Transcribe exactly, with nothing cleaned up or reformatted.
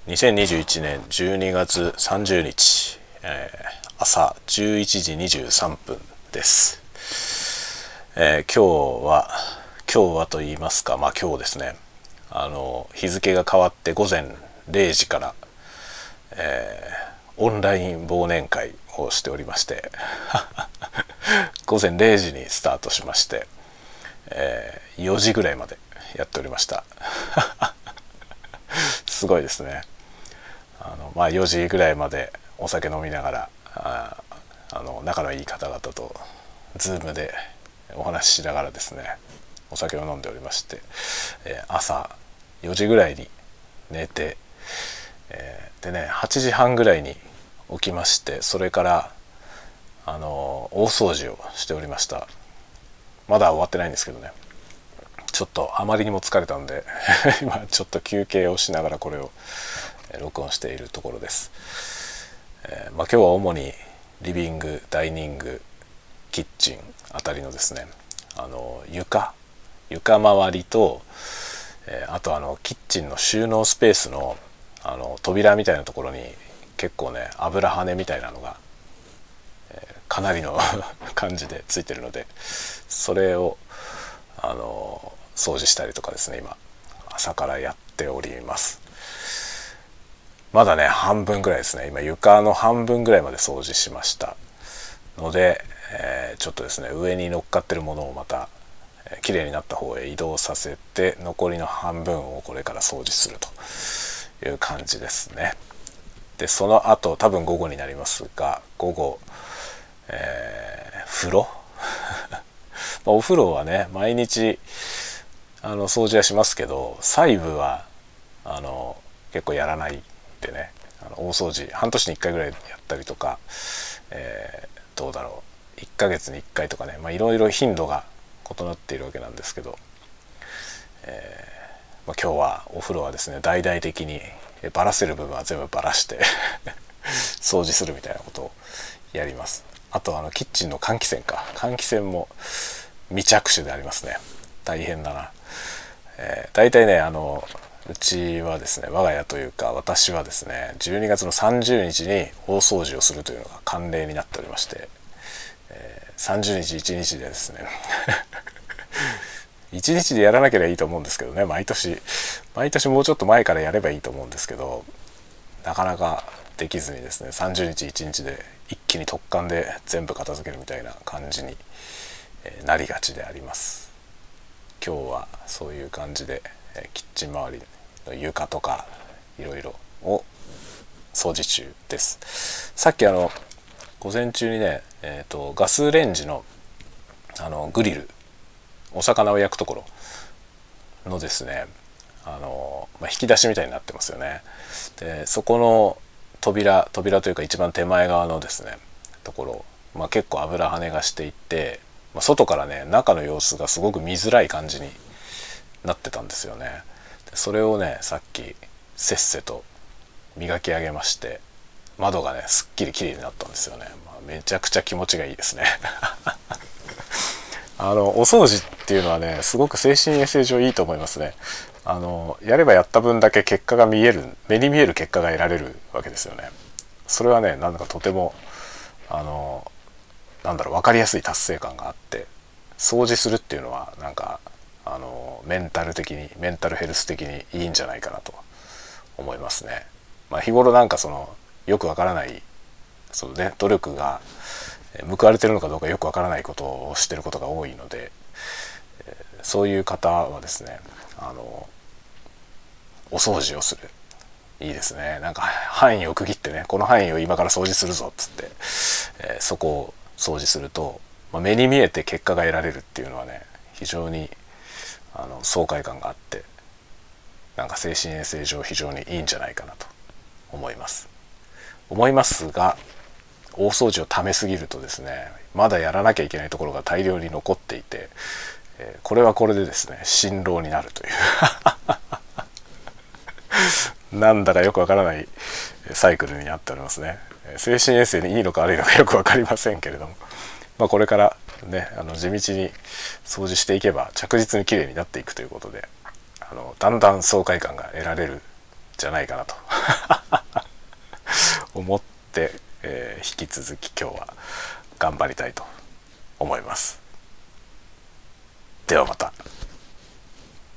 にせんにじゅういちねんじゅうにがつさんじゅうにち、えー、朝じゅういちじにじゅうさんぷんです。えー、今日は今日はと言いますか、まあ今日ですね、あの日付が変わってごぜんれいじから、えー、オンライン忘年会をしておりましてごぜんれいじにスタートしまして、えー、よじぐらいまでやっておりましたすごいですね。あの、まあ、よじぐらいまでお酒飲みながら、ああの仲のいい方々とズームでお話ししながらですね、お酒を飲んでおりまして、えー、朝よじぐらいに寝て、えー、でねはちじはんぐらいに起きまして、それからあの大掃除をしておりました。まだ終わってないんですけどね、ちょっとあまりにも疲れたんで今ちょっと休憩をしながらこれを録音しているところです。えーまあ、今日は主にリビング、ダイニング、キッチンあたりのですね、あの床床周りと、えー、あとあのキッチンの収納スペースのあの扉みたいなところに結構ね油跳ねみたいなのが、えー、かなりの感じでついてるので、それをあの掃除したりとかですね、今朝からやっております。まだね半分ぐらいですね。今床の半分ぐらいまで掃除しましたので、えー、ちょっとですね上に乗っかってるものをまた、えー、きれいになった方へ移動させて、残りの半分をこれから掃除するという感じですね。でその後多分午後になりますが、午後、えー、風呂お風呂はね毎日あの掃除はしますけど、細部はあの結構やらないでね、あの大掃除半年にいっかいぐらいやったりとか、えー、どうだろういっかげつにいっかいとかね、まあいろいろ頻度が異なっているわけなんですけど、えーまあ、今日はお風呂はですね大々的にバラせる部分は全部バラして掃除するみたいなことをやります。あとあのキッチンの換気扇か換気扇も未着手でありますね。大変だな。えー、大体ねあのうちはですね、我が家というか私はですねじゅうにがつのさんじゅうにちに大掃除をするというのが慣例になっておりまして、えー、さんじゅうにちいちにちでですねいちにちでやらなければいいと思うんですけどね、毎年毎年もうちょっと前からやればいいと思うんですけど、なかなかできずにですね、さんじゅうにちいちにちで一気に突貫で全部片付けるみたいな感じになりがちであります。今日はそういう感じでキッチン周りの床とかいろいろを掃除中です。さっきあの午前中にね、えーと、ガスレンジのあのグリル、お魚を焼くところのですね、あの、まあ、引き出しみたいになってますよね。でそこの扉扉というか一番手前側のですねところ、まあ、結構油跳ねがしていて、まあ、外からね中の様子がすごく見づらい感じになってたんですよね。でそれをねさっきせっせと磨き上げまして、窓がねすっきり綺麗になったんですよね。まあ、めちゃくちゃ気持ちがいいですねあのお掃除っていうのはねすごく精神衛生上いいと思いますね。あのやればやった分だけ結果が見える、目に見える結果が得られるわけですよね。それはねなんだかとてもあのなんだろう分かりやすい達成感があって、掃除するっていうのはなんかあのメンタル的にメンタルヘルス的にいいんじゃないかなと思いますね。まあ、日頃なんかそのよくわからないその、ね、努力が報われてるのかどうかよくわからないことをしてることが多いので、そういう方はですねあのお掃除をする、いいですね。なんか範囲を区切ってね、この範囲を今から掃除するぞっつって、えー、そこを掃除すると、まあ、目に見えて結果が得られるっていうのはね非常にあの爽快感があって、なんか精神衛生上非常にいいんじゃないかなと思います思いますが、大掃除をためすぎるとですねまだやらなきゃいけないところが大量に残っていて、えー、これはこれでですね辛労になるというなんだかよくわからないサイクルになっておりますね。精神衛生にいいのか悪いのかよく分かりませんけれども、まあ、これからねあの地道に掃除していけば着実にきれいになっていくということで、あのだんだん爽快感が得られるんじゃないかなと思って、えー引き続き今日は頑張りたいと思います。ではまた。